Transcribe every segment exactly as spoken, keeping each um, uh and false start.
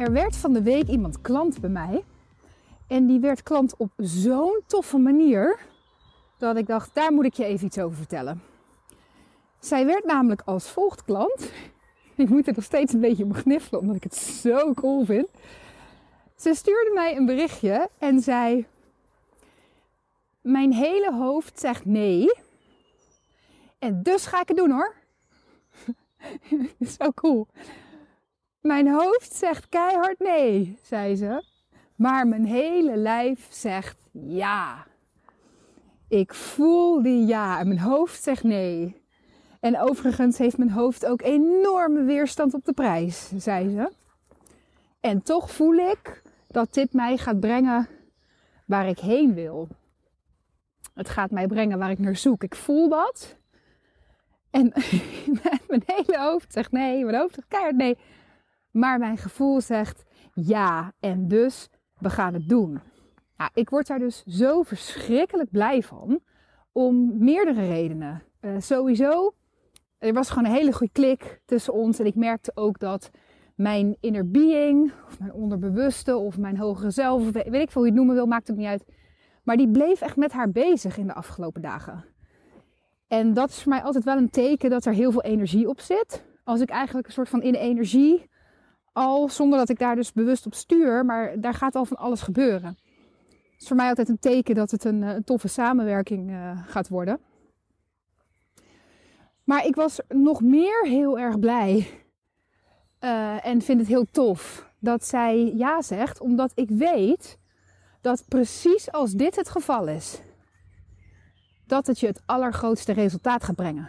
Er werd van de week iemand klant bij mij. En die werd klant op zo'n toffe manier, dat ik dacht, daar moet ik je even iets over vertellen. Zij werd namelijk als volgt klant. Ik moet er nog steeds een beetje om gniffelen, omdat ik het zo cool vind. Ze stuurde mij een berichtje en zei, mijn hele hoofd zegt nee. En dus ga ik het doen hoor. Zo cool. Mijn hoofd zegt keihard nee, zei ze. Maar mijn hele lijf zegt ja. Ik voel die ja en mijn hoofd zegt nee. En overigens heeft mijn hoofd ook enorme weerstand op de prijs, zei ze. En toch voel ik dat dit mij gaat brengen waar ik heen wil. Het gaat mij brengen waar ik naar zoek. Ik voel dat. En mijn hele hoofd zegt nee, mijn hoofd zegt keihard nee. Maar mijn gevoel zegt ja en dus we gaan het doen. Nou, ik word daar dus zo verschrikkelijk blij van. Om meerdere redenen. Uh, sowieso, er was gewoon een hele goede klik tussen ons. En ik merkte ook dat mijn inner being, of mijn onderbewuste, of mijn hogere zelf, of weet ik veel hoe je het noemen wil, maakt het niet uit. Maar die bleef echt met haar bezig in de afgelopen dagen. En dat is voor mij altijd wel een teken dat er heel veel energie op zit. Als ik eigenlijk een soort van in energie, al zonder dat ik daar dus bewust op stuur, maar daar gaat al van alles gebeuren. Het is voor mij altijd een teken dat het een, een toffe samenwerking uh, gaat worden. Maar ik was nog meer heel erg blij uh, en vind het heel tof dat zij ja zegt, omdat ik weet dat precies als dit het geval is, dat het je het allergrootste resultaat gaat brengen.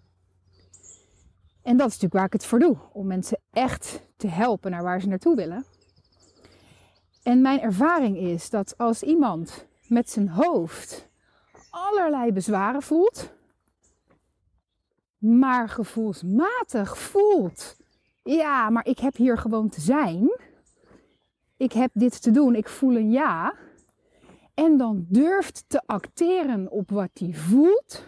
En dat is natuurlijk waar ik het voor doe. Om mensen echt te helpen naar waar ze naartoe willen. En mijn ervaring is dat als iemand met zijn hoofd allerlei bezwaren voelt, maar gevoelsmatig voelt, ja, maar ik heb hier gewoon te zijn. Ik heb dit te doen, ik voel een ja. En dan durft te acteren op wat hij voelt,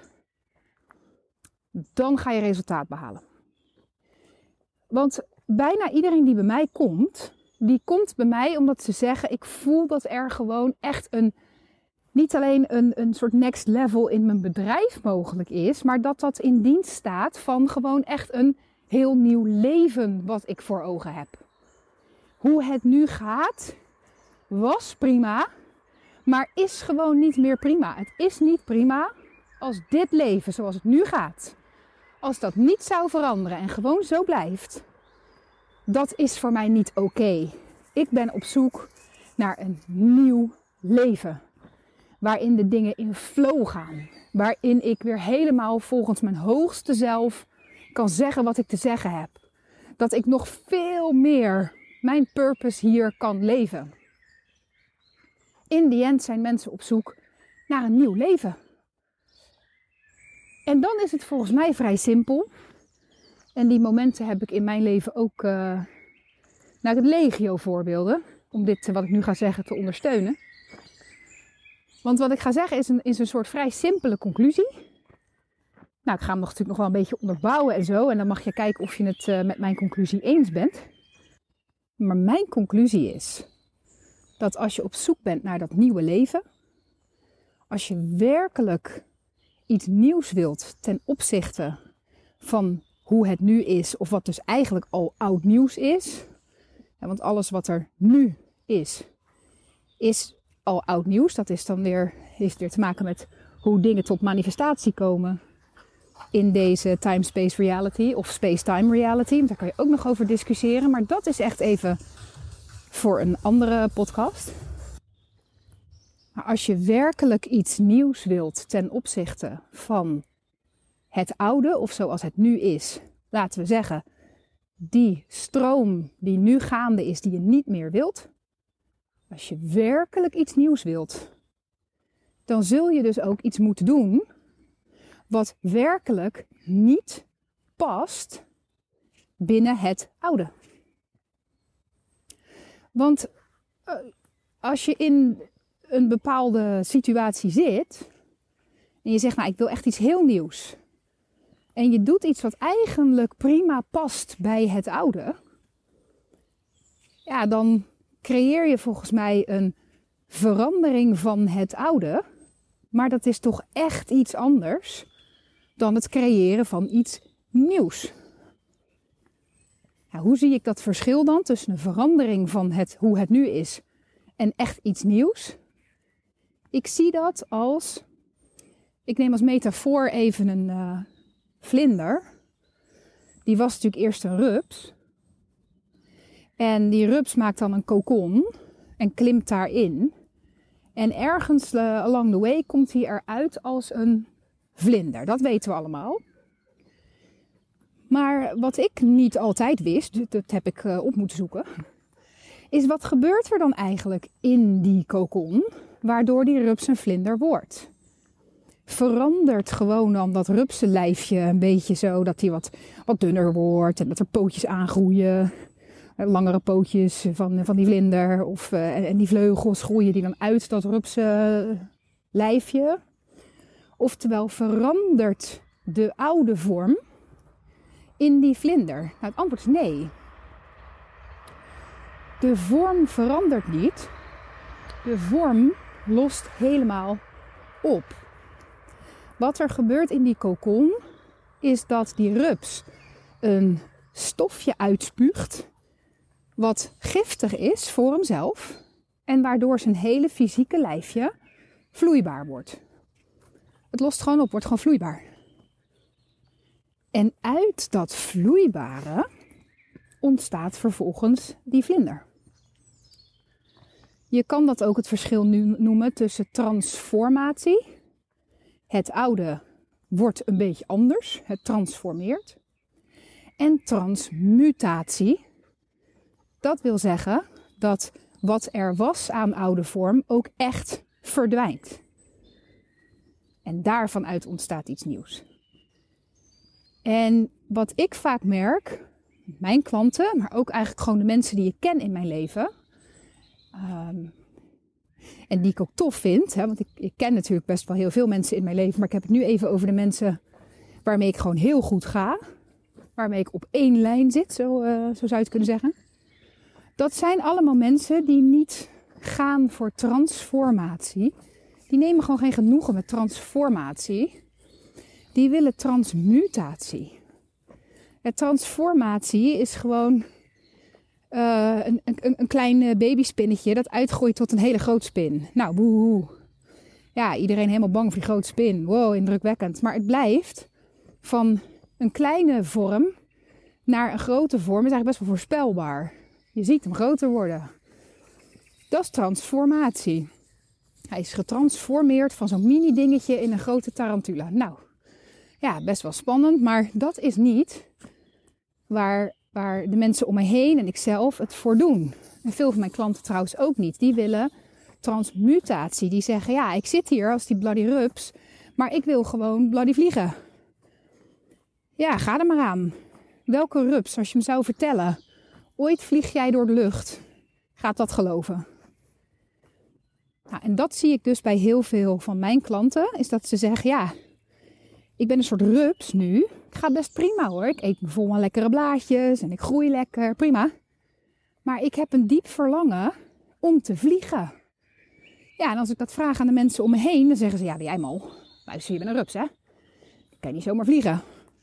dan ga je resultaat behalen. Want bijna iedereen die bij mij komt, die komt bij mij omdat ze zeggen, ik voel dat er gewoon echt een, niet alleen een, een soort next level in mijn bedrijf mogelijk is, maar dat dat in dienst staat van gewoon echt een heel nieuw leven wat ik voor ogen heb. Hoe het nu gaat, was prima, maar is gewoon niet meer prima. Het is niet prima als dit leven zoals het nu gaat, als dat niet zou veranderen en gewoon zo blijft, dat is voor mij niet oké. Okay. Ik ben op zoek naar een nieuw leven. Waarin de dingen in flow gaan. Waarin ik weer helemaal volgens mijn hoogste zelf kan zeggen wat ik te zeggen heb. Dat ik nog veel meer mijn purpose hier kan leven. In the end zijn mensen op zoek naar een nieuw leven. En dan is het volgens mij vrij simpel. En die momenten heb ik in mijn leven ook uh, naar het legio voorbeelden. Om dit, wat ik nu ga zeggen, te ondersteunen. Want wat ik ga zeggen is een, is een soort vrij simpele conclusie. Nou, ik ga hem nog, natuurlijk nog wel een beetje onderbouwen en zo. En dan mag je kijken of je het uh, met mijn conclusie eens bent. Maar mijn conclusie is dat als je op zoek bent naar dat nieuwe leven. Als je werkelijk iets nieuws wilt ten opzichte van hoe het nu is, of wat dus eigenlijk al oud nieuws is. Ja, want alles wat er nu is, is al oud nieuws. Dat is dan weer, heeft weer te maken met hoe dingen tot manifestatie komen in deze time-space reality of space-time reality. Daar kan je ook nog over discussiëren, maar dat is echt even voor een andere podcast. Maar als je werkelijk iets nieuws wilt ten opzichte van het oude, of zoals het nu is, laten we zeggen, die stroom die nu gaande is, die je niet meer wilt. Als je werkelijk iets nieuws wilt, dan zul je dus ook iets moeten doen wat werkelijk niet past binnen het oude. Want uh, als je in een bepaalde situatie zit en je zegt, nou, ik wil echt iets heel nieuws. En je doet iets wat eigenlijk prima past bij het oude. ja, dan creëer je volgens mij een verandering van het oude. Maar dat is toch echt iets anders dan het creëren van iets nieuws. Ja, hoe zie ik dat verschil dan tussen een verandering van het, hoe het nu is en echt iets nieuws? Ik zie dat als, ik neem als metafoor even een uh, vlinder. Die was natuurlijk eerst een rups. En die rups maakt dan een kokon en klimt daarin. En ergens uh, along the way komt hij eruit als een vlinder. Dat weten we allemaal. Maar wat ik niet altijd wist, dat heb ik uh, op moeten zoeken, is wat gebeurt er dan eigenlijk in die kokon, waardoor die rups een vlinder wordt? Verandert gewoon dan dat rupsenlijfje een beetje zo, dat hij wat, wat dunner wordt en dat er pootjes aangroeien, langere pootjes van, van die vlinder, of, uh, en die vleugels groeien die dan uit dat rupsenlijfje? Oftewel, verandert de oude vorm in die vlinder? Nou, het antwoord is nee. De vorm verandert niet. De vorm lost helemaal op. Wat er gebeurt in die kokon is dat die rups een stofje uitspuugt wat giftig is voor hemzelf en waardoor zijn hele fysieke lijfje vloeibaar wordt. Het lost gewoon op, wordt gewoon vloeibaar. En uit dat vloeibare ontstaat vervolgens die vlinder. Je kan dat ook het verschil nu noemen tussen transformatie. Het oude wordt een beetje anders, het transformeert. En transmutatie. Dat wil zeggen dat wat er was aan oude vorm ook echt verdwijnt. En daarvan uit ontstaat iets nieuws. En wat ik vaak merk, mijn klanten, maar ook eigenlijk gewoon de mensen die ik ken in mijn leven, um, en die ik ook tof vind, hè, want ik, ik ken natuurlijk best wel heel veel mensen in mijn leven, maar ik heb het nu even over de mensen waarmee ik gewoon heel goed ga, waarmee ik op één lijn zit, zo, uh, zo zou je het kunnen zeggen. Dat zijn allemaal mensen die niet gaan voor transformatie. Die nemen gewoon geen genoegen met transformatie. Die willen transmutatie. En transformatie is gewoon uh, een, een, een klein babyspinnetje dat uitgroeit tot een hele grote spin. Nou, boehoe. Ja, iedereen helemaal bang voor die grote spin. Wow, indrukwekkend. Maar het blijft van een kleine vorm naar een grote vorm. Is eigenlijk best wel voorspelbaar. Je ziet hem groter worden. Dat is transformatie. Hij is getransformeerd van zo'n mini dingetje in een grote tarantula. Nou, ja, best wel spannend, maar dat is niet waar, waar de mensen om me heen en ikzelf het voor doen. En veel van mijn klanten trouwens ook niet. Die willen transmutatie. Die zeggen, ja, ik zit hier als die bloody rups, maar ik wil gewoon bloody vliegen. Ja, ga er maar aan. Welke rups, als je me zou vertellen, ooit vlieg jij door de lucht, gaat dat geloven? Nou, en dat zie ik dus bij heel veel van mijn klanten, is dat ze zeggen, ja, ik ben een soort rups nu. Ik ga best prima hoor. Ik eet me vol van lekkere blaadjes en ik groei lekker, prima. Maar ik heb een diep verlangen om te vliegen. Ja, en als ik dat vraag aan de mensen om me heen, dan zeggen ze, ja, jij mal. Luister, je bent een rups, hè? Ik kan niet zomaar vliegen.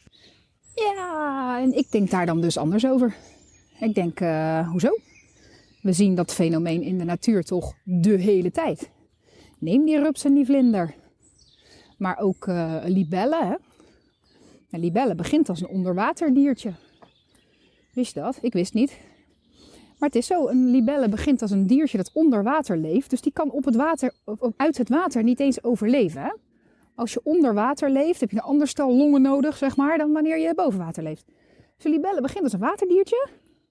Ja, en ik denk daar dan dus anders over. Ik denk, uh, hoezo? We zien dat fenomeen in de natuur toch de hele tijd. Neem die rups en die vlinder. Maar ook uh, libellen. Hè? Een libelle begint als een onderwaterdiertje. Wist je dat? Ik wist niet. Maar het is zo, een libelle begint als een diertje dat onder water leeft. Dus die kan op het water, op, uit het water niet eens overleven. Hè? Als je onder water leeft, heb je een ander stel longen nodig, zeg maar, dan wanneer je boven water leeft. Dus een libelle begint als een waterdiertje.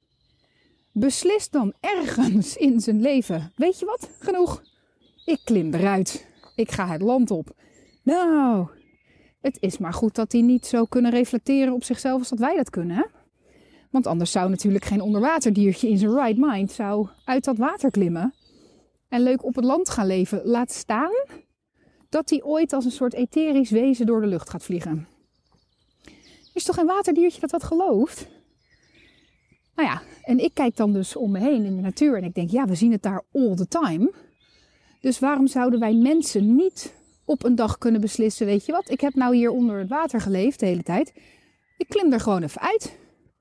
Beslist dan ergens in zijn leven, weet je wat, genoeg. Ik klim eruit. Ik ga het land op. Nou, het is maar goed dat die niet zo kunnen reflecteren op zichzelf als dat wij dat kunnen. Hè? Want anders zou natuurlijk geen onderwaterdiertje in zijn right mind zou uit dat water klimmen. En leuk op het land gaan leven. Laat staan dat hij ooit als een soort etherisch wezen door de lucht gaat vliegen. Er is toch geen waterdiertje dat dat gelooft? Nou ja, En ik kijk dan dus om me heen in de natuur en ik denk, ja, we zien het daar all the time. Dus waarom zouden wij mensen niet op een dag kunnen beslissen, weet je wat, ik heb nou hier onder het water geleefd de hele tijd. Ik klim er gewoon even uit.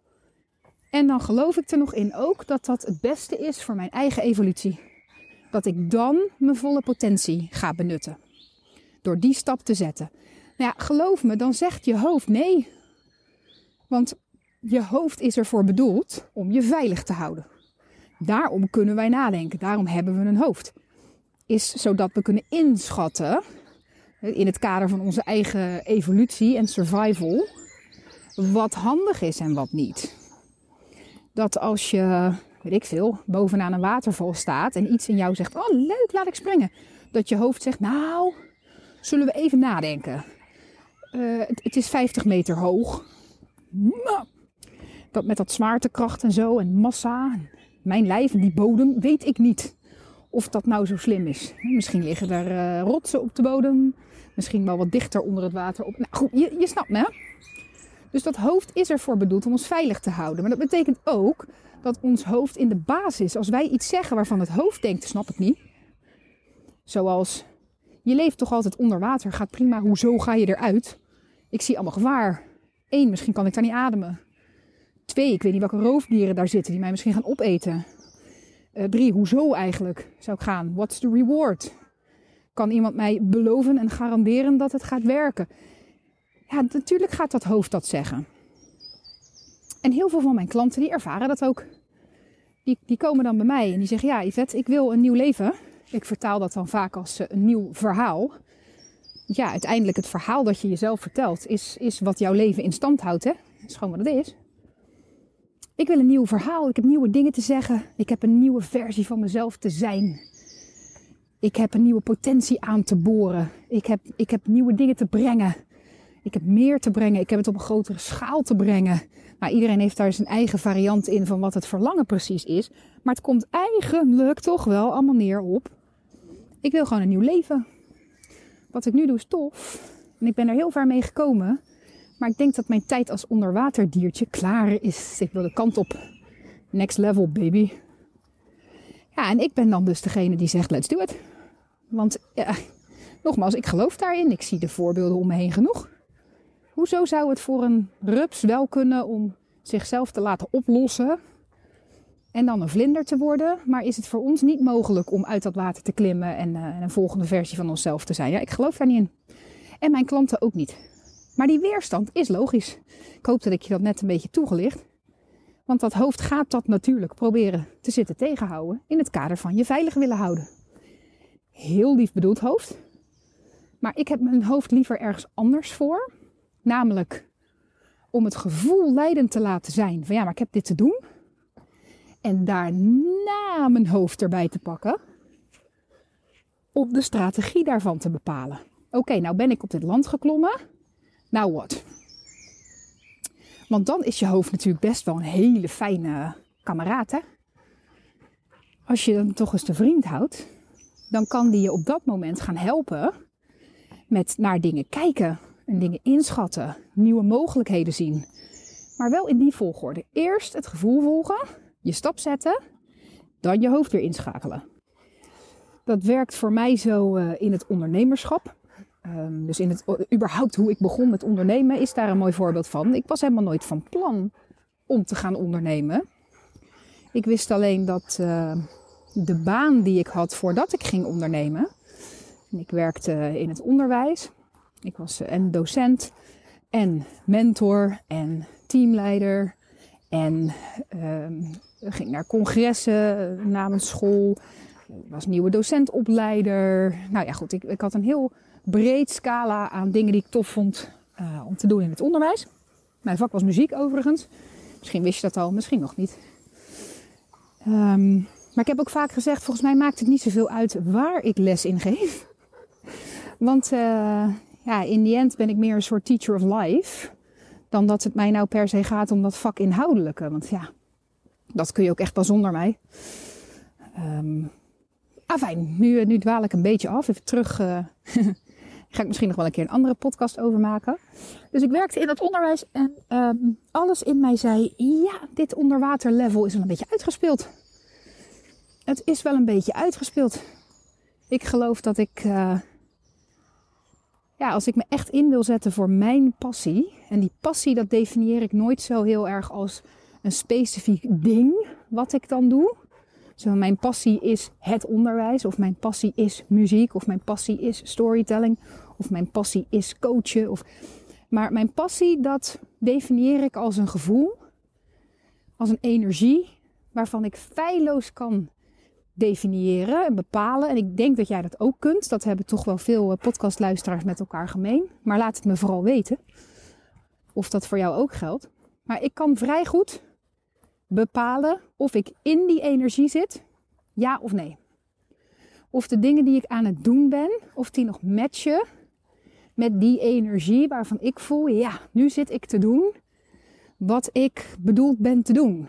En dan geloof ik er nog in ook dat dat het beste is voor mijn eigen evolutie. Dat ik dan mijn volle potentie ga benutten. Door die stap te zetten. Nou ja, geloof me, dan zegt je hoofd nee. Want je hoofd is ervoor bedoeld om je veilig te houden. Daarom kunnen wij nadenken. Daarom hebben we een hoofd. Is zodat we kunnen inschatten, in het kader van onze eigen evolutie en survival, wat handig is en wat niet. Dat als je, weet ik veel, bovenaan een waterval staat en iets in jou zegt, oh leuk, laat ik springen. Dat je hoofd zegt, nou, zullen we even nadenken. Uh, het, het is vijftig meter hoog. Nou, dat met dat zwaartekracht en zo en massa, mijn lijf en die bodem, weet ik niet of dat nou zo slim is. Misschien liggen er uh, rotsen op de bodem. Misschien wel wat dichter onder het water op. Nou goed, je, je snapt me, hè? Dus dat hoofd is ervoor bedoeld om ons veilig te houden. Maar dat betekent ook dat ons hoofd in de basis, als wij iets zeggen waarvan het hoofd denkt, snap ik niet. Zoals, je leeft toch altijd onder water, gaat prima, hoezo ga je eruit? Ik zie allemaal gevaar. Eén, misschien kan ik daar niet ademen. Twee, ik weet niet welke roofdieren daar zitten die mij misschien gaan opeten. Uh, drie, hoezo eigenlijk zou ik gaan? What's the reward? Kan iemand mij beloven en garanderen dat het gaat werken? Ja, natuurlijk gaat dat hoofd dat zeggen. En heel veel van mijn klanten die ervaren dat ook. Die, die komen dan bij mij en die zeggen, ja Yvette, ik wil een nieuw leven. Ik vertaal dat dan vaak als een nieuw verhaal. Ja, uiteindelijk het verhaal dat je jezelf vertelt is, is wat jouw leven in stand houdt. Hè? Dat is gewoon wat het is. Ik wil een nieuw verhaal. Ik heb nieuwe dingen te zeggen. Ik heb een nieuwe versie van mezelf te zijn. Ik heb een nieuwe potentie aan te boren. Ik heb, ik heb nieuwe dingen te brengen. Ik heb meer te brengen. Ik heb het op een grotere schaal te brengen. Maar iedereen heeft daar zijn eigen variant in van wat het verlangen precies is. Maar het komt eigenlijk toch wel allemaal neer op. Ik wil gewoon een nieuw leven. Wat ik nu doe is tof. En ik ben er heel ver mee gekomen. Maar ik denk dat mijn tijd als onderwaterdiertje klaar is. Ik wil de kant op. Next level, baby. Ja, en ik ben dan dus degene die zegt, let's do it. Want, ja, nogmaals, ik geloof daarin. Ik zie de voorbeelden om me heen genoeg. Hoezo zou het voor een rups wel kunnen om zichzelf te laten oplossen en dan een vlinder te worden? Maar is het voor ons niet mogelijk om uit dat water te klimmen en uh, een volgende versie van onszelf te zijn? Ja, ik geloof daar niet in. En mijn klanten ook niet. Maar die weerstand is logisch. Ik hoop dat ik je dat net een beetje toegelicht. Want dat hoofd gaat dat natuurlijk proberen te zitten tegenhouden in het kader van je veilig willen houden. Heel lief bedoeld hoofd. Maar ik heb mijn hoofd liever ergens anders voor. Namelijk om het gevoel leidend te laten zijn van ja, maar ik heb dit te doen. En daarna mijn hoofd erbij te pakken. Om de strategie daarvan te bepalen. Oké, okay, nou ben ik op dit land geklommen. Nou wat? Want dan is je hoofd natuurlijk best wel een hele fijne kameraad, hè? Als je dan toch eens de vriend houdt, dan kan die je op dat moment gaan helpen met naar dingen kijken en dingen inschatten, nieuwe mogelijkheden zien. Maar wel in die volgorde. Eerst het gevoel volgen, je stap zetten, dan je hoofd weer inschakelen. Dat werkt voor mij zo uh, in het ondernemerschap. Um, dus in het, überhaupt hoe ik begon met ondernemen is daar een mooi voorbeeld van. Ik was helemaal nooit van plan om te gaan ondernemen. Ik wist alleen dat uh, de baan die ik had voordat ik ging ondernemen. En ik werkte in het onderwijs. Ik was uh, en docent en mentor en teamleider. En uh, ging naar congressen uh, namens school. Ik was nieuwe docentopleider. Nou ja goed, ik, ik had een heel breed scala aan dingen die ik tof vond uh, om te doen in het onderwijs. Mijn vak was muziek overigens. Misschien wist je dat al, misschien nog niet. Um, maar ik heb ook vaak gezegd, volgens mij maakt het niet zoveel uit waar ik les in geef. Want uh, ja, in the end ben ik meer een soort teacher of life. Dan dat het mij nou per se gaat om dat vak inhoudelijke. Want ja, dat kun je ook echt wel zonder mij. Um, ah fijn, nu, nu dwaal ik een beetje af. Even terug uh, ga ik misschien nog wel een keer een andere podcast over maken. Dus ik werkte in het onderwijs en um, alles in mij zei, ja, dit onderwaterlevel is wel een beetje uitgespeeld. Het is wel een beetje uitgespeeld. Ik geloof dat ik, uh, ja, als ik me echt in wil zetten voor mijn passie. En die passie, dat definieer ik nooit zo heel erg als een specifiek ding wat ik dan doe. Zo, mijn passie is het onderwijs, of mijn passie is muziek, of mijn passie is storytelling, of mijn passie is coachen. Of... Maar mijn passie, dat definieer ik als een gevoel, als een energie, waarvan ik feilloos kan definiëren en bepalen. En ik denk dat jij dat ook kunt. Dat hebben toch wel veel podcastluisteraars met elkaar gemeen. Maar laat het me vooral weten of dat voor jou ook geldt. Maar ik kan vrij goed bepalen of ik in die energie zit, ja of nee. Of de dingen die ik aan het doen ben, of die nog matchen met die energie waarvan ik voel, ja, nu zit ik te doen wat ik bedoeld ben te doen.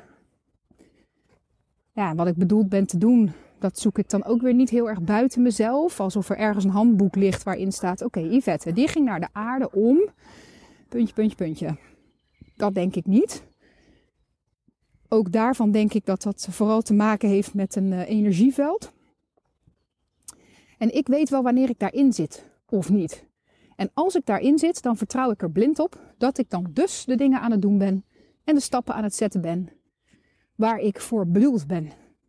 Ja, wat ik bedoeld ben te doen, dat zoek ik dan ook weer niet heel erg buiten mezelf. Alsof er ergens een handboek ligt waarin staat, oké, okay, Yvette, die ging naar de aarde om, puntje, puntje, puntje. Dat denk ik niet. Ook daarvan denk ik dat dat vooral te maken heeft met een uh, energieveld. En ik weet wel wanneer ik daarin zit of niet. En als ik daarin zit, dan vertrouw ik er blind op dat ik dan dus de dingen aan het doen ben en de stappen aan het zetten ben waar ik voor bedoeld ben.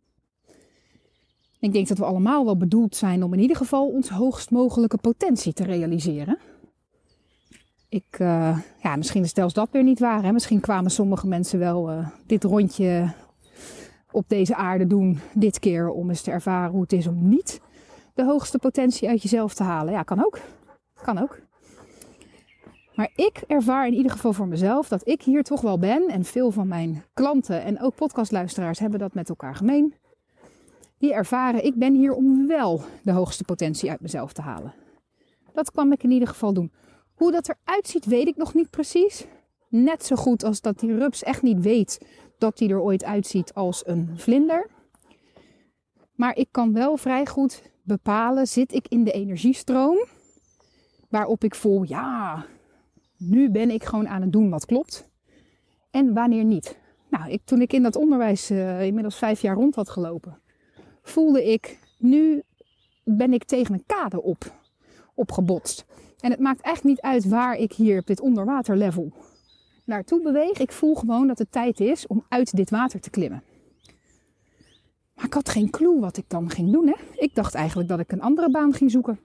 Ik denk dat we allemaal wel bedoeld zijn om in ieder geval ons hoogst mogelijke potentie te realiseren. Ik, uh, ja, misschien is zelfs dat weer niet waar. Hè? Misschien kwamen sommige mensen wel uh, dit rondje op deze aarde doen dit keer om eens te ervaren hoe het is om niet de hoogste potentie uit jezelf te halen. Ja, kan ook. Kan ook. Maar ik ervaar in ieder geval voor mezelf dat ik hier toch wel ben. En veel van mijn klanten en ook podcastluisteraars hebben dat met elkaar gemeen. Die ervaren, ik ben hier om wel de hoogste potentie uit mezelf te halen. Dat kwam ik in ieder geval doen. Hoe dat eruit ziet, weet ik nog niet precies. Net zo goed als dat die rups echt niet weet dat hij er ooit uitziet als een vlinder. Maar ik kan wel vrij goed bepalen, zit ik in de energiestroom waarop ik voel, ja, nu ben ik gewoon aan het doen wat klopt. En wanneer niet. Nou, ik, toen ik in dat onderwijs uh, inmiddels vijf jaar rond had gelopen, voelde ik, nu ben ik tegen een kade op, opgebotst. En het maakt echt niet uit waar ik hier op dit onderwaterlevel naartoe beweeg. Ik voel gewoon dat het tijd is om uit dit water te klimmen. Maar ik had geen clue wat ik dan ging doen. Hè? Ik dacht eigenlijk dat ik een andere baan ging zoeken.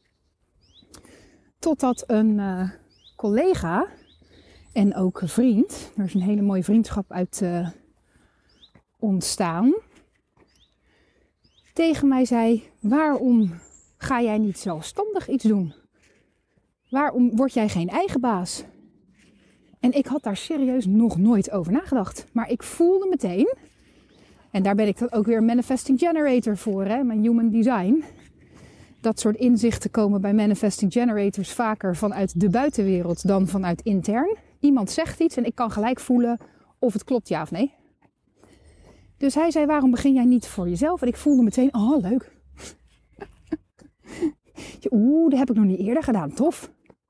Totdat een uh, collega en ook een vriend, er is een hele mooie vriendschap uit uh, ontstaan, tegen mij zei, waarom ga jij niet zelfstandig iets doen? Waarom word jij geen eigen baas? En ik had daar serieus nog nooit over nagedacht. Maar ik voelde meteen, en daar ben ik dan ook weer Manifesting Generator voor, hè, mijn Human Design. Dat soort inzichten komen bij Manifesting Generators vaker vanuit de buitenwereld dan vanuit intern. Iemand zegt iets en ik kan gelijk voelen of het klopt, ja of nee. Dus hij zei, waarom begin jij niet voor jezelf? En ik voelde meteen, oh leuk. Oeh, dat heb ik nog niet eerder gedaan, tof.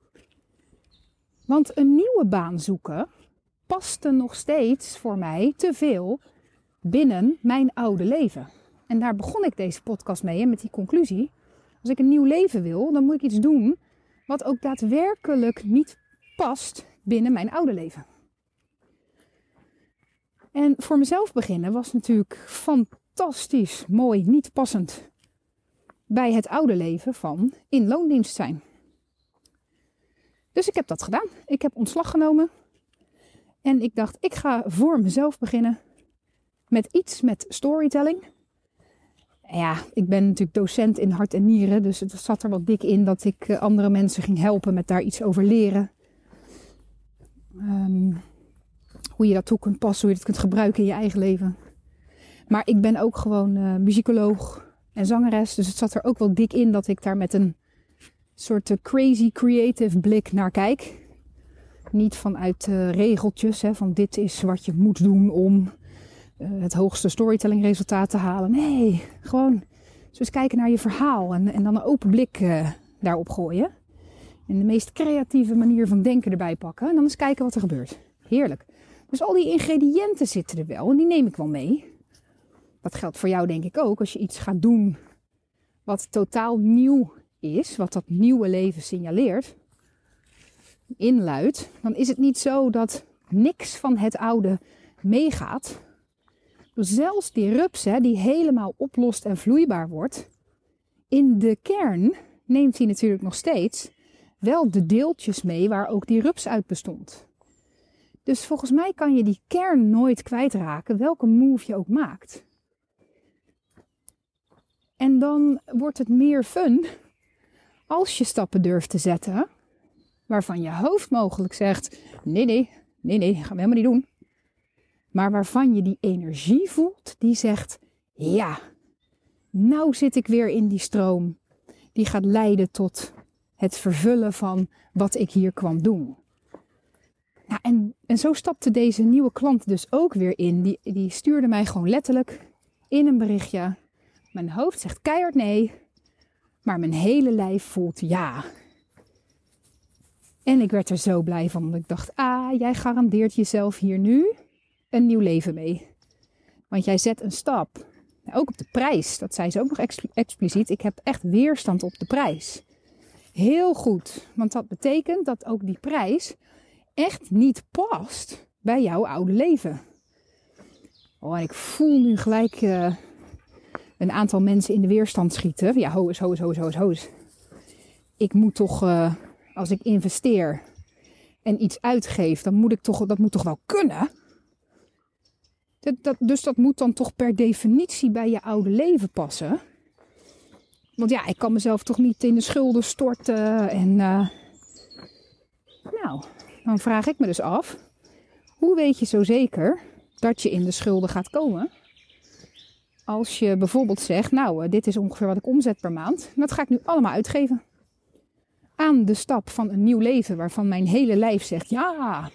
Want een nieuwe baan zoeken paste nog steeds voor mij te veel binnen mijn oude leven. En daar begon ik deze podcast mee, met die conclusie. Als ik een nieuw leven wil, dan moet ik iets doen wat ook daadwerkelijk niet past binnen mijn oude leven. En voor mezelf beginnen was natuurlijk fantastisch, mooi, niet passend bij het oude leven van in loondienst zijn. Dus ik heb dat gedaan. Ik heb ontslag genomen. En ik dacht, ik ga voor mezelf beginnen met iets met storytelling. En ja, ik ben natuurlijk docent in hart en nieren. Dus het zat er wat dik in dat ik andere mensen ging helpen met daar iets over leren. Um, hoe je dat toe kunt passen, hoe je het kunt gebruiken in je eigen leven. Maar ik ben ook gewoon uh, muzikoloog en zangeres. Dus het zat er ook wel dik in dat ik daar met een soort crazy creative blik naar kijk. Niet vanuit uh, regeltjes, hè, van dit is wat je moet doen om uh, het hoogste storytelling resultaat te halen. Nee, gewoon zo eens kijken naar je verhaal en, en dan een open blik uh, daarop gooien. En de meest creatieve manier van denken erbij pakken. En dan eens kijken wat er gebeurt. Heerlijk. Dus al die ingrediënten zitten er wel. En die neem ik wel mee. Dat geldt voor jou denk ik ook. Als je iets gaat doen wat totaal nieuw is. Wat dat nieuwe leven signaleert. Inluidt. Dan is het niet zo dat niks van het oude meegaat. Dus zelfs die rups hè, die helemaal oplost en vloeibaar wordt. In de kern neemt hij natuurlijk nog steeds wel de deeltjes mee waar ook die rups uit bestond. Dus volgens mij kan je die kern nooit kwijtraken, welke move je ook maakt. En dan wordt het meer fun als je stappen durft te zetten, waarvan je hoofd mogelijk zegt, nee, nee, nee, nee, gaan we helemaal niet doen. Maar waarvan je die energie voelt, die zegt, ja, nou zit ik weer in die stroom. Die gaat leiden tot het vervullen van wat ik hier kwam doen. Nou, en, en zo stapte deze nieuwe klant dus ook weer in. Die, die stuurde mij gewoon letterlijk in een berichtje. Mijn hoofd zegt keihard nee, maar mijn hele lijf voelt ja. En ik werd er zo blij van, want ik dacht, ah, jij garandeert jezelf hier nu een nieuw leven mee. Want jij zet een stap. Ook op de prijs, dat zei ze ook nog expliciet. Ik heb echt weerstand op de prijs. Heel goed, want dat betekent dat ook die prijs echt niet past bij jouw oude leven. Oh, en ik voel nu gelijk uh, een aantal mensen in de weerstand schieten. Ja, ho is, ho is, ho is, ho is, ho is. Ik moet toch, uh, als ik investeer en iets uitgeef, dan moet ik toch, dat moet toch wel kunnen? Dat, dat, dus dat moet dan toch per definitie bij je oude leven passen. Want ja, ik kan mezelf toch niet in de schulden storten. En uh, nou, dan vraag ik me dus af. Hoe weet je zo zeker dat je in de schulden gaat komen? Als je bijvoorbeeld zegt, nou, dit is ongeveer wat ik omzet per maand. En dat ga ik nu allemaal uitgeven. Aan de stap van een nieuw leven waarvan mijn hele lijf zegt, ja.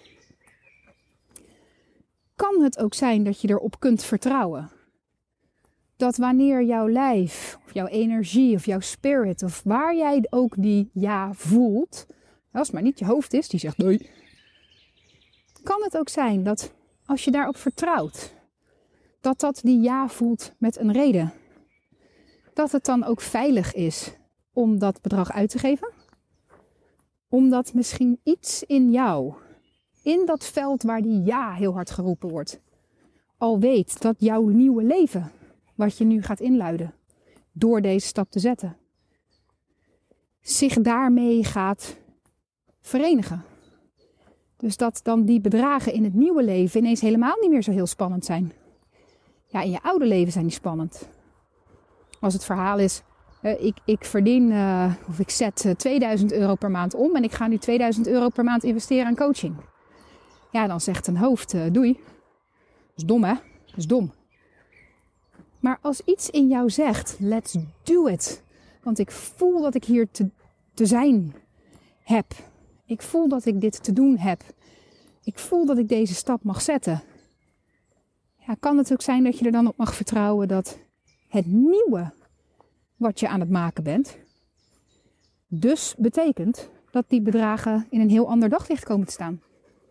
Kan het ook zijn dat je erop kunt vertrouwen? Dat wanneer jouw lijf, of jouw energie, of jouw spirit, of waar jij ook die ja voelt, als het maar niet je hoofd is, die zegt nee. Kan het ook zijn dat als je daarop vertrouwt, dat dat die ja voelt met een reden? Dat het dan ook veilig is om dat bedrag uit te geven? Omdat misschien iets in jou, in dat veld waar die ja heel hard geroepen wordt, al weet dat jouw nieuwe leven, wat je nu gaat inluiden, door deze stap te zetten, zich daarmee gaat verenigen. Dus dat dan die bedragen in het nieuwe leven ineens helemaal niet meer zo heel spannend zijn. Ja, in je oude leven zijn die spannend. Als het verhaal is, uh, ik, ik verdien, uh, of ik zet uh, tweeduizend euro per maand om en ik ga nu tweeduizend euro per maand investeren aan coaching. Ja, dan zegt een hoofd, uh, doei. Dat is dom, hè? Dat is dom. Maar als iets in jou zegt, let's do it. Want ik voel dat ik hier te, te zijn heb. Ik voel dat ik dit te doen heb. Ik voel dat ik deze stap mag zetten. Ja, kan het ook zijn dat je er dan op mag vertrouwen dat het nieuwe wat je aan het maken bent, dus betekent dat die bedragen in een heel ander daglicht komen te staan.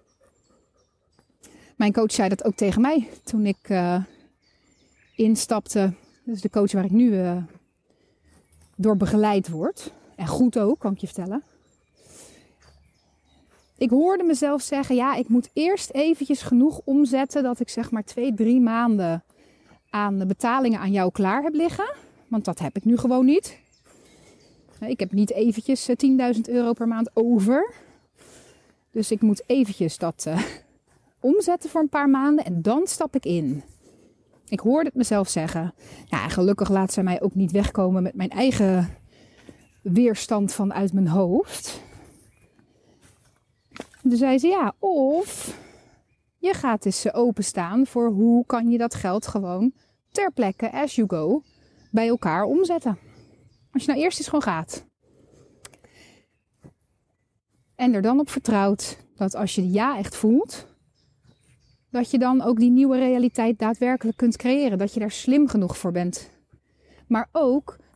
Mijn coach zei dat ook tegen mij toen ik uh, instapte. Dus de coach waar ik nu uh, door begeleid word. En goed ook, kan ik je vertellen. Ik hoorde mezelf zeggen, ja, ik moet eerst eventjes genoeg omzetten dat ik zeg maar twee, drie maanden aan de betalingen aan jou klaar heb liggen. Want dat heb ik nu gewoon niet. Ik heb niet eventjes tienduizend euro per maand over. Dus ik moet eventjes dat uh, omzetten voor een paar maanden en dan stap ik in. Ik hoorde het mezelf zeggen. Ja, en gelukkig laat zij mij ook niet wegkomen met mijn eigen weerstand vanuit mijn hoofd. Toen zei ze, ja, of je gaat eens openstaan voor hoe kan je dat geld gewoon ter plekke, as you go, bij elkaar omzetten. Als je nou eerst eens gewoon gaat. En er dan op vertrouwt dat als je de ja echt voelt, dat je dan ook die nieuwe realiteit daadwerkelijk kunt creëren. Dat je daar slim genoeg voor bent. Maar ook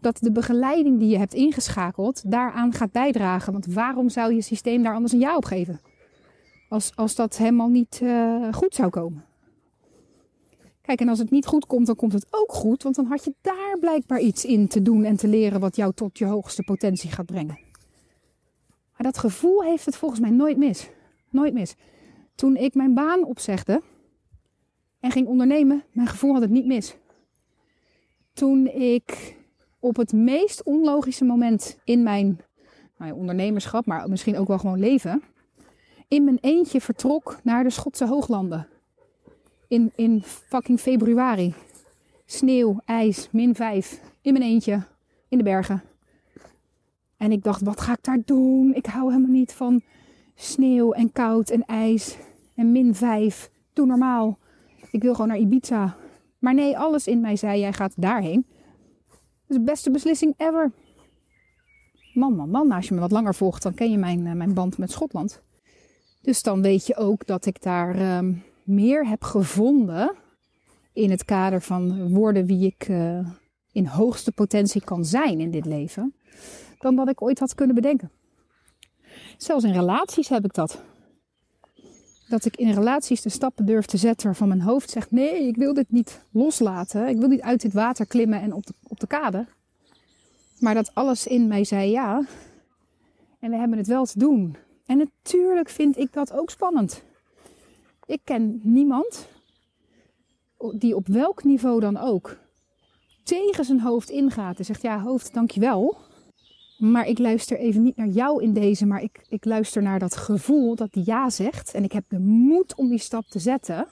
dat de begeleiding die je hebt ingeschakeld daaraan gaat bijdragen. Want waarom zou je systeem daar anders een ja op geven? Als, als dat helemaal niet uh, goed zou komen. Kijk, en als het niet goed komt, dan komt het ook goed. Want dan had je daar blijkbaar iets in te doen en te leren wat jou tot je hoogste potentie gaat brengen. Maar dat gevoel heeft het volgens mij nooit mis. Nooit mis. Toen ik mijn baan opzegde en ging ondernemen, mijn gevoel had het niet mis. Toen ik op het meest onlogische moment in mijn nou ja, ondernemerschap, maar misschien ook wel gewoon leven, in mijn eentje vertrok naar de Schotse Hooglanden. In, in fucking februari. Sneeuw, ijs, min vijf. In mijn eentje. In de bergen. En ik dacht, wat ga ik daar doen? Ik hou helemaal niet van sneeuw en koud en ijs. En min vijf. Doe normaal. Ik wil gewoon naar Ibiza. Maar nee, alles in mij zei, jij gaat daarheen. Dat is de beste beslissing ever. Man, man, man. Als je me wat langer volgt, dan ken je mijn, uh, mijn band met Schotland. Dus dan weet je ook dat ik daar um, meer heb gevonden in het kader van worden wie ik uh, in hoogste potentie kan zijn in dit leven, dan dat ik ooit had kunnen bedenken. Zelfs in relaties heb ik dat. Dat ik in relaties de stappen durf te zetten waarvan mijn hoofd zegt, nee, ik wil dit niet loslaten. Ik wil niet uit dit water klimmen en op de, op de kade. Maar dat alles in mij zei ja. En we hebben het wel te doen. En natuurlijk vind ik dat ook spannend. Ik ken niemand die op welk niveau dan ook tegen zijn hoofd ingaat en zegt, ja hoofd, dankjewel. Maar ik luister even niet naar jou in deze, maar ik, ik luister naar dat gevoel dat die ja zegt. En ik heb de moed om die stap te zetten.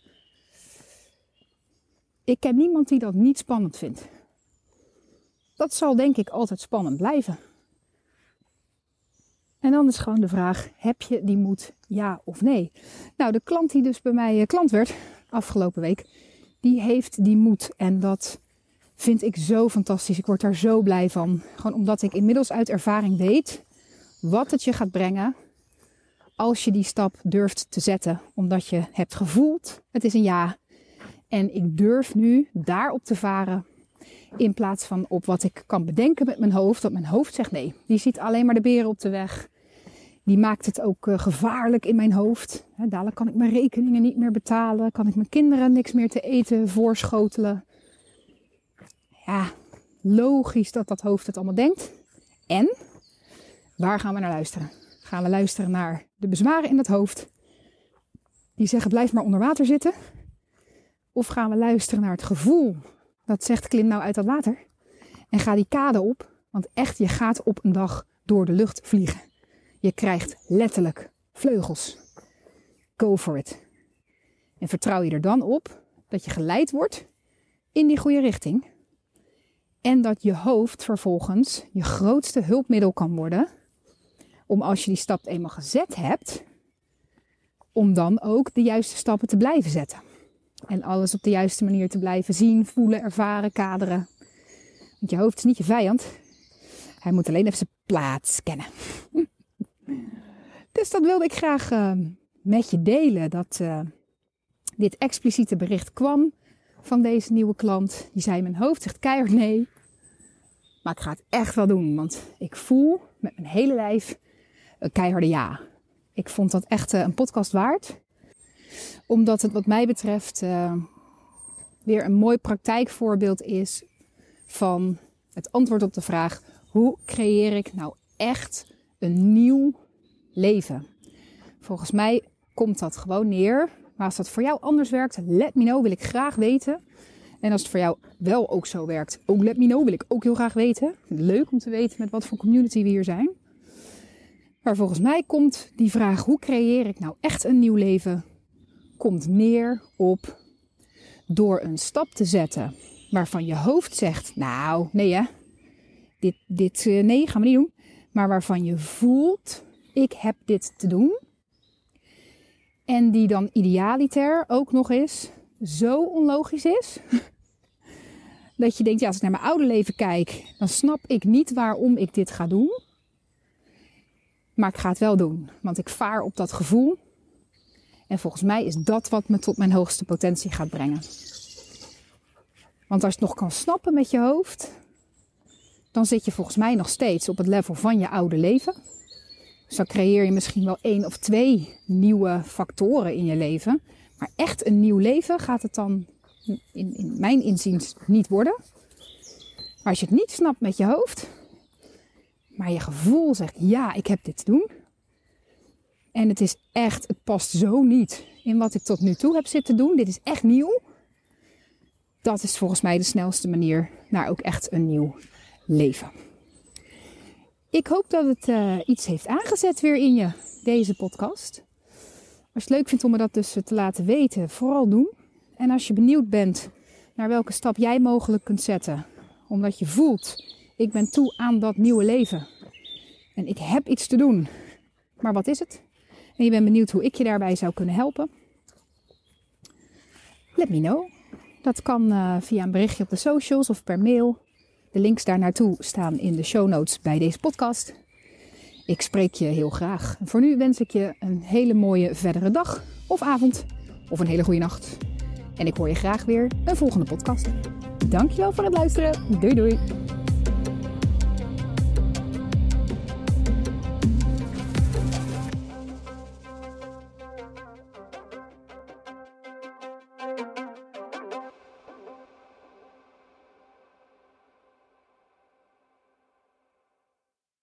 Ik ken niemand die dat niet spannend vindt. Dat zal denk ik altijd spannend blijven. En dan is gewoon de vraag, heb je die moed, ja of nee? Nou, de klant die dus bij mij klant werd, afgelopen week, die heeft die moed. En dat vind ik zo fantastisch. Ik word daar zo blij van. Gewoon omdat ik inmiddels uit ervaring weet wat het je gaat brengen als je die stap durft te zetten. Omdat je hebt gevoeld, het is een ja. En ik durf nu daarop te varen. In plaats van op wat ik kan bedenken met mijn hoofd. Dat mijn hoofd zegt nee. Die ziet alleen maar de beren op de weg. Die maakt het ook uh, gevaarlijk in mijn hoofd. He, dadelijk kan ik mijn rekeningen niet meer betalen. Kan ik mijn kinderen niks meer te eten voorschotelen. Ja, logisch dat dat hoofd het allemaal denkt. En, waar gaan we naar luisteren? Gaan we luisteren naar de bezwaren in het hoofd. Die zeggen blijf maar onder water zitten. Of gaan we luisteren naar het gevoel. Dat zegt klim nou uit dat water. En ga die kade op. Want echt, je gaat op een dag door de lucht vliegen. Je krijgt letterlijk vleugels. Go for it. En vertrouw je er dan op dat je geleid wordt in die goede richting. En dat je hoofd vervolgens je grootste hulpmiddel kan worden. Om als je die stap eenmaal gezet hebt. Om dan ook de juiste stappen te blijven zetten. En alles op de juiste manier te blijven zien, voelen, ervaren, kaderen. Want je hoofd is niet je vijand. Hij moet alleen even zijn plaats kennen. Dus dat wilde ik graag uh, met je delen. Dat uh, dit expliciete bericht kwam van deze nieuwe klant. Die zei mijn hoofd zegt keihard nee. Maar ik ga het echt wel doen. Want ik voel met mijn hele lijf een keiharde ja. Ik vond dat echt uh, een podcast waard. Omdat het wat mij betreft uh, weer een mooi praktijkvoorbeeld is van het antwoord op de vraag: hoe creëer ik nou echt een nieuw leven? Volgens mij komt dat gewoon neer. Maar als dat voor jou anders werkt, let me know, wil ik graag weten. En als het voor jou wel ook zo werkt, ook let me know, wil ik ook heel graag weten. Ik vind het leuk om te weten met wat voor community we hier zijn. Maar volgens mij komt die vraag: hoe creëer ik nou echt een nieuw leven? Komt neer op door een stap te zetten waarvan je hoofd zegt, nou nee hè, dit, dit nee gaan we niet doen. Maar waarvan je voelt, ik heb dit te doen. En die dan idealiter ook nog eens zo onlogisch is. Dat je denkt, ja, als ik naar mijn oude leven kijk, dan snap ik niet waarom ik dit ga doen. Maar ik ga het wel doen, want ik vaar op dat gevoel. En volgens mij is dat wat me tot mijn hoogste potentie gaat brengen. Want als je het nog kan snappen met je hoofd, dan zit je volgens mij nog steeds op het level van je oude leven. Dus dan creëer je misschien wel één of twee nieuwe factoren in je leven. Maar echt een nieuw leven gaat het dan in, in mijn inziens niet worden. Maar als je het niet snapt met je hoofd, maar je gevoel zegt, ja, ik heb dit te doen. En het is echt, het past zo niet in wat ik tot nu toe heb zitten doen. Dit is echt nieuw. Dat is volgens mij de snelste manier naar ook echt een nieuw leven. Ik hoop dat het uh, iets heeft aangezet weer in je, deze podcast. Als je het leuk vindt om me dat dus te laten weten, vooral doen. En als je benieuwd bent naar welke stap jij mogelijk kunt zetten, omdat je voelt, ik ben toe aan dat nieuwe leven. En ik heb iets te doen. Maar wat is het? En je bent benieuwd hoe ik je daarbij zou kunnen helpen. Let me know. Dat kan uh, via een berichtje op de socials of per mail. De links daar naartoe staan in de show notes bij deze podcast. Ik spreek je heel graag. En voor nu wens ik je een hele mooie verdere dag of avond of een hele goede nacht. En ik hoor je graag weer een volgende podcast. Dankjewel voor het luisteren. Doei doei.